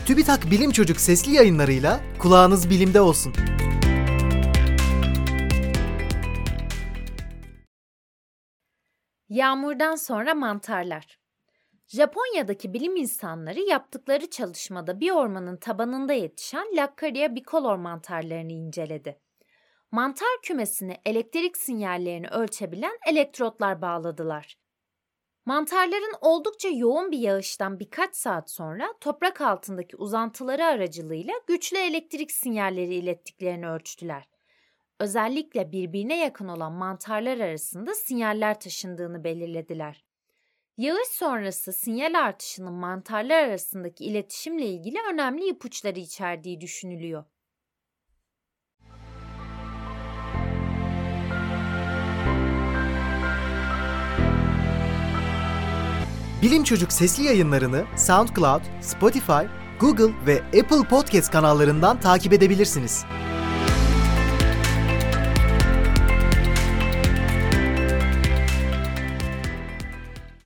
TÜBİTAK Bilim Çocuk sesli yayınlarıyla kulağınız bilimde olsun. Yağmurdan sonra mantarlar. Japonya'daki bilim insanları yaptıkları çalışmada bir ormanın tabanında yetişen Laccaria bicolor mantarlarını inceledi. Mantar kümesine elektrik sinyallerini ölçebilen elektrotlar bağladılar. Mantarların oldukça yoğun bir yağıştan birkaç saat sonra toprak altındaki uzantıları aracılığıyla güçlü elektrik sinyalleri ilettiklerini ölçtüler. Özellikle birbirine yakın olan mantarlar arasında sinyaller taşındığını belirlediler. Yağış sonrası sinyal artışının mantarlar arasındaki iletişimle ilgili önemli ipuçları içerdiği düşünülüyor. Bilim Çocuk sesli yayınlarını SoundCloud, Spotify, Google ve Apple Podcast kanallarından takip edebilirsiniz.